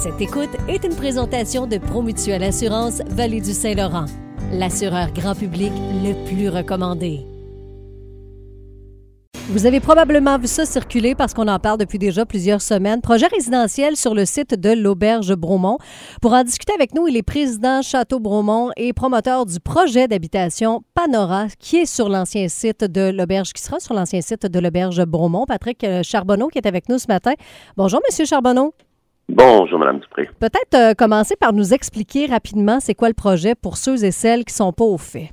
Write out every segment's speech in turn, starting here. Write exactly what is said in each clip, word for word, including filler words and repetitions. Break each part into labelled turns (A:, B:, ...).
A: Cette écoute est une présentation de Promutuelle Assurance Vallée du Saint-Laurent, l'assureur grand public le plus recommandé. Vous avez probablement vu ça circuler parce qu'on en parle depuis déjà plusieurs semaines. Projet résidentiel sur le site de l'Auberge Bromont. Pour en discuter avec nous, il est président Château Bromont et promoteur du projet d'habitation Panora qui est sur l'ancien site de l'Auberge, qui sera sur l'ancien site de l'Auberge Bromont. Patrick Charbonneau qui est avec nous ce matin. Bonjour, Monsieur Charbonneau.
B: Bonjour, Mme Dupré.
A: Peut-être euh, commencer par nous expliquer rapidement c'est quoi le projet pour ceux et celles qui ne sont pas au fait.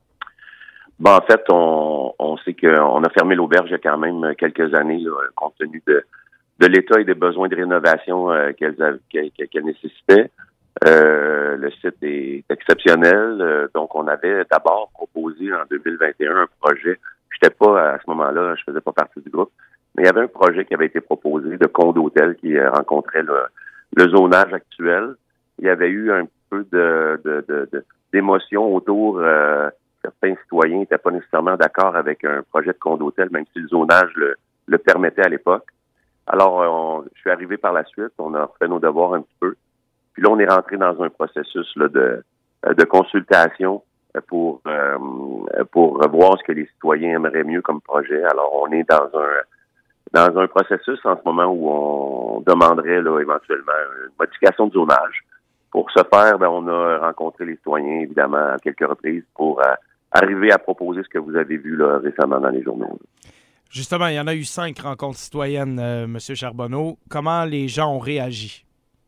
B: Bon, en fait, on, on sait qu'on a fermé l'auberge il y a quand même quelques années, là, compte tenu de, de l'état et des besoins de rénovation euh, qu'elle, qu'elle, qu'elle nécessitait. Euh, le site est exceptionnel, euh, donc on avait d'abord proposé en deux mille vingt et un un projet. Je n'étais pas à ce moment-là, je faisais pas partie du groupe, mais il y avait un projet qui avait été proposé de condo-hôtel qui euh, rencontrait le, le zonage actuel. Il y avait eu un peu de, de, de, de d'émotion autour. Euh, Certains citoyens n'étaient pas nécessairement d'accord avec un projet de condo-hôtel, même si le zonage le, le permettait à l'époque. Alors, on, je suis arrivé par la suite, on a fait nos devoirs un petit peu. Puis là, on est rentré dans un processus là, de, de consultation pour euh, pour voir ce que les citoyens aimeraient mieux comme projet. Alors, on est dans un dans un processus en ce moment où on demanderait là, éventuellement une modification de zonage. Pour ce faire, ben, on a rencontré les citoyens, évidemment, à quelques reprises pour euh, arriver à proposer ce que vous avez vu là, récemment dans les journaux.
C: Justement, il y en a eu cinq rencontres citoyennes, euh, M. Charbonneau. Comment les gens ont réagi?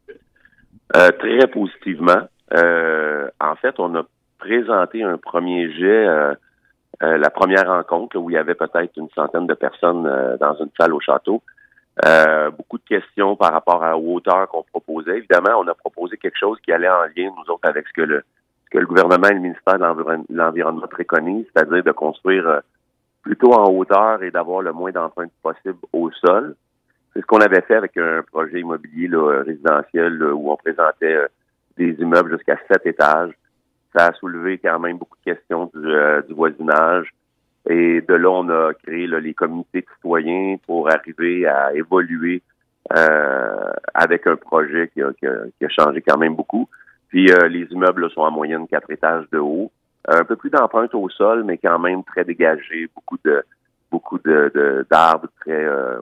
B: Euh, très positivement. Euh, en fait, on a présenté un premier jet, euh, euh, la première rencontre, là, où il y avait peut-être une centaine de personnes euh, dans une salle au château. Euh, beaucoup de questions par rapport à la hauteur qu'on proposait. Évidemment, on a proposé quelque chose qui allait en lien, nous autres, avec ce que le ce que le gouvernement et le ministère de l'Environ- l'Environnement préconisent, c'est-à-dire de construire euh, plutôt en hauteur et d'avoir le moins d'empreintes possible au sol. C'est ce qu'on avait fait avec un projet immobilier là, résidentiel là, où on présentait euh, des immeubles jusqu'à sept étages. Ça a soulevé quand même beaucoup de questions du, euh, du voisinage. Et de là, on a créé là, les comités de citoyens pour arriver à évoluer euh, avec un projet qui a, qui, a, qui a changé quand même beaucoup. Puis euh, les immeubles là, sont en moyenne quatre étages de haut. Un peu plus d'empreintes au sol, mais quand même très dégagé, beaucoup de beaucoup de, de d'arbres très euh,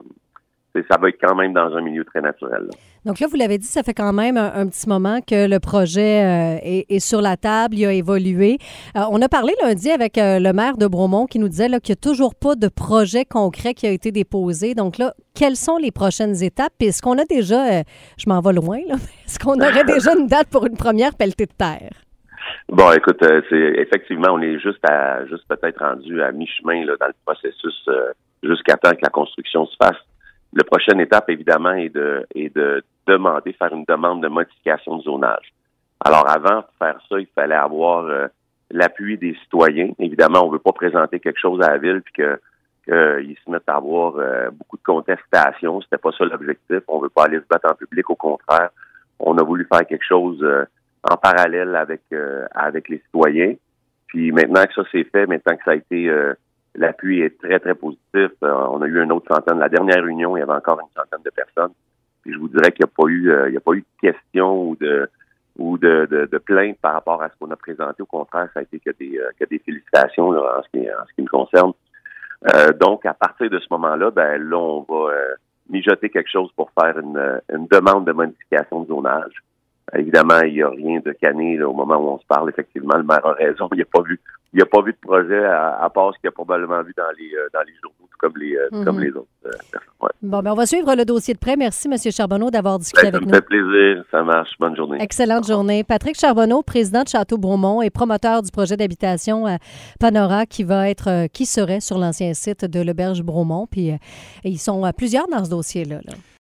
B: ça va être quand même dans un milieu très naturel. Là.
A: Donc là, vous l'avez dit, ça fait quand même un, un petit moment que le projet euh, est, est sur la table, il a évolué. Euh, on a parlé lundi avec euh, le maire de Bromont qui nous disait là, qu'il n'y a toujours pas de projet concret qui a été déposé. Donc là, quelles sont les prochaines étapes? Puis est-ce qu'on a déjà, euh, je m'en vais loin, là, est-ce qu'on aurait déjà une date pour une première pelletée de terre?
B: Bon, écoute, euh, c'est effectivement, on est juste à juste peut-être rendu à mi-chemin là, dans le processus euh, jusqu'à temps que la construction se fasse. La prochaine étape, évidemment, est de, est de demander, faire une demande de modification de zonage. Alors, avant de faire ça, il fallait avoir euh, l'appui des citoyens. Évidemment, on ne veut pas présenter quelque chose à la ville puis que qu'ils se mettent à avoir euh, beaucoup de contestations. C'était pas ça l'objectif. On veut pas aller se battre en public. Au contraire, on a voulu faire quelque chose euh, en parallèle avec euh, avec les citoyens. Puis maintenant que ça c'est fait, maintenant que ça a été euh, l'appui est très, très positif. Euh, on a eu une autre centaine. La dernière réunion, il y avait encore une centaine de personnes. Puis je vous dirais qu'il n'y a pas eu euh, il n'y a pas eu de questions ou de ou de, de, de plaintes par rapport à ce qu'on a présenté. Au contraire, ça a été que des euh, que des félicitations là, en ce qui en ce qui me concerne. Euh, donc, à partir de ce moment-là, ben là, on va euh, mijoter quelque chose pour faire une, une demande de modification de zonage. Euh, évidemment, il n'y a rien de cané là, au moment où on se parle. Effectivement, le maire a raison. Il n'y a pas vu Il n'y a pas vu de projet à, à part ce qu'il a probablement vu dans les euh, dans les journaux, tout comme les euh, mm-hmm. comme les autres euh, personnes. Ouais.
A: Bon, ben on va suivre le dossier de près. Merci, M. Charbonneau, d'avoir discuté
B: ben,
A: avec nous.
B: Ça me fait plaisir. Ça marche. Bonne journée.
A: Excellente journée. Patrick Charbonneau, président de Château Bromont et promoteur du projet d'habitation à Panora qui va être, euh, qui serait sur l'ancien site de l'Auberge Bromont. Puis euh, ils sont euh, plusieurs dans ce dossier-là. Là.